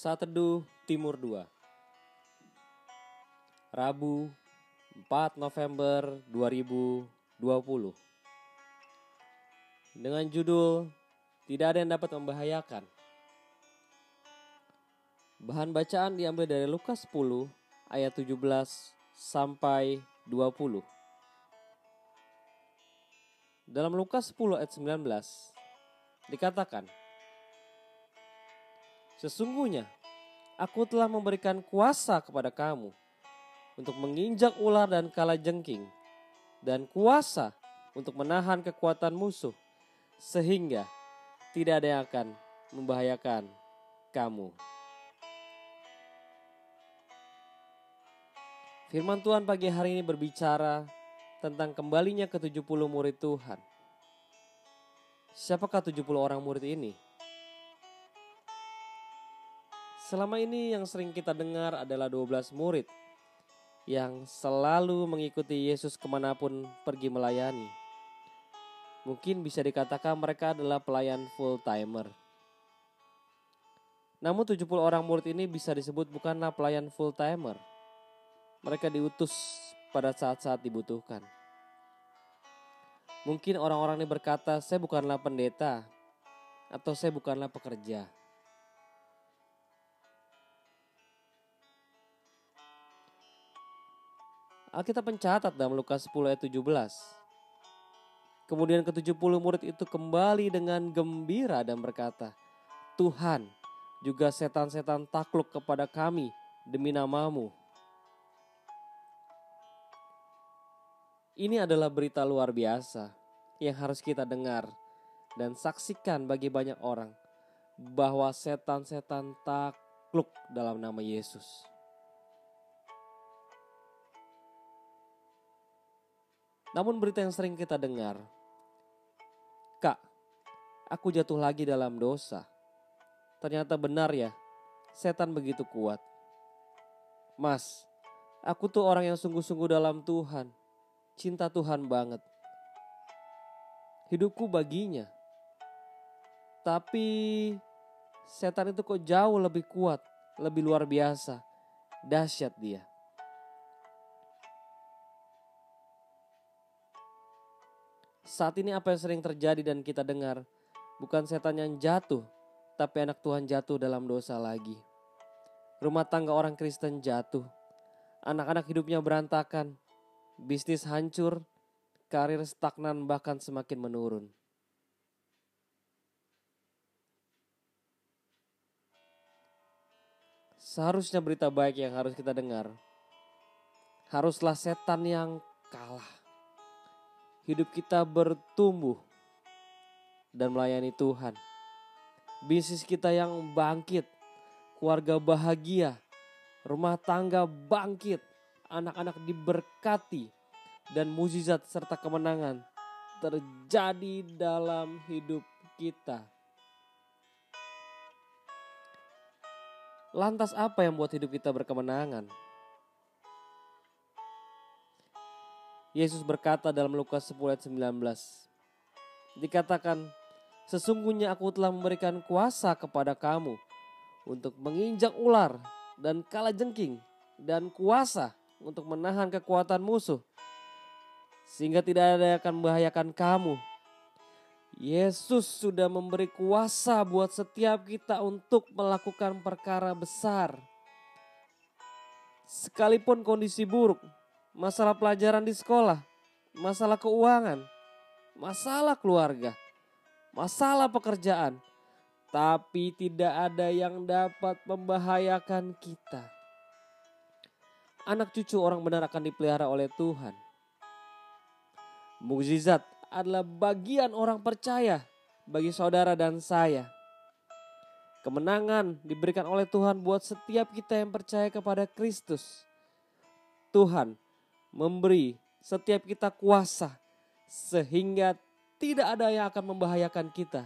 Saat Teduh Timur 2, Rabu 4 November 2020. Dengan judul Tidak ada yang dapat membahayakan. Bahan bacaan diambil dari Lukas 10 ayat 17 sampai 20. Dalam Lukas 10 ayat 19 dikatakan, "Sesungguhnya aku telah memberikan kuasa kepada kamu untuk menginjak ular dan kalajengking, dan kuasa untuk menahan kekuatan musuh, sehingga tidak ada yang akan membahayakan kamu." Firman Tuhan pagi hari ini berbicara tentang kembalinya ke-70 murid Tuhan. Siapakah 70 orang murid ini? Selama ini yang sering kita dengar adalah 12 murid yang selalu mengikuti Yesus kemanapun pergi melayani. Mungkin bisa dikatakan mereka adalah pelayan full timer. Namun 70 orang murid ini bisa disebut bukanlah pelayan full timer. Mereka diutus pada saat-saat dibutuhkan. Mungkin orang-orang ini berkata, "Saya bukanlah pendeta," atau "Saya bukanlah pekerja." Alkitab mencatat dalam Lukas 10 ayat 17. Kemudian ke-70 murid itu kembali dengan gembira dan berkata, "Tuhan, juga setan-setan takluk kepada kami demi nama-Mu." Ini adalah berita luar biasa yang harus kita dengar dan saksikan bagi banyak orang, bahwa setan-setan takluk dalam nama Yesus. Namun berita yang sering kita dengar, "Kak, aku jatuh lagi dalam dosa. Ternyata benar ya, setan begitu kuat. Mas, aku tuh orang yang sungguh-sungguh dalam Tuhan. Cinta Tuhan banget. Hidupku baginya. Tapi setan itu kok jauh lebih kuat, lebih luar biasa. Dahsyat dia." Saat ini apa yang sering terjadi dan kita dengar, bukan setan yang jatuh, tapi anak Tuhan jatuh dalam dosa lagi. Rumah tangga orang Kristen jatuh. Anak-anak hidupnya berantakan. Bisnis hancur. Karir stagnan bahkan semakin menurun. Seharusnya berita baik yang harus kita dengar, haruslah setan yang kalah. Hidup kita bertumbuh dan melayani Tuhan. Bisnis kita yang bangkit, keluarga bahagia, rumah tangga bangkit, anak-anak diberkati, dan mukjizat serta kemenangan terjadi dalam hidup kita. Lantas apa yang membuat hidup kita berkemenangan? Yesus berkata dalam Lukas 10 ayat 19. Dikatakan, "Sesungguhnya aku telah memberikan kuasa kepada kamu untuk menginjak ular dan kalajengking, dan kuasa untuk menahan kekuatan musuh, sehingga tidak ada yang akan membahayakan kamu." Yesus sudah memberi kuasa buat setiap kita untuk melakukan perkara besar. Sekalipun kondisi buruk, masalah pelajaran di sekolah, masalah keuangan, masalah keluarga, masalah pekerjaan, tapi tidak ada yang dapat membahayakan kita. Anak cucu orang benar akan dipelihara oleh Tuhan. Mukjizat adalah bagian orang percaya bagi saudara dan saya. Kemenangan diberikan oleh Tuhan buat setiap kita yang percaya kepada Kristus. Tuhan memberi setiap kita kuasa sehingga tidak ada yang akan membahayakan kita.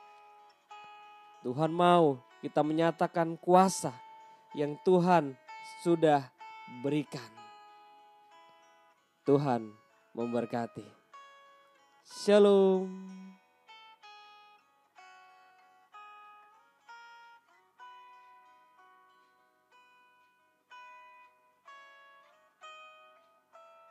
Tuhan mau kita menyatakan kuasa yang Tuhan sudah berikan. Tuhan memberkati. Shalom.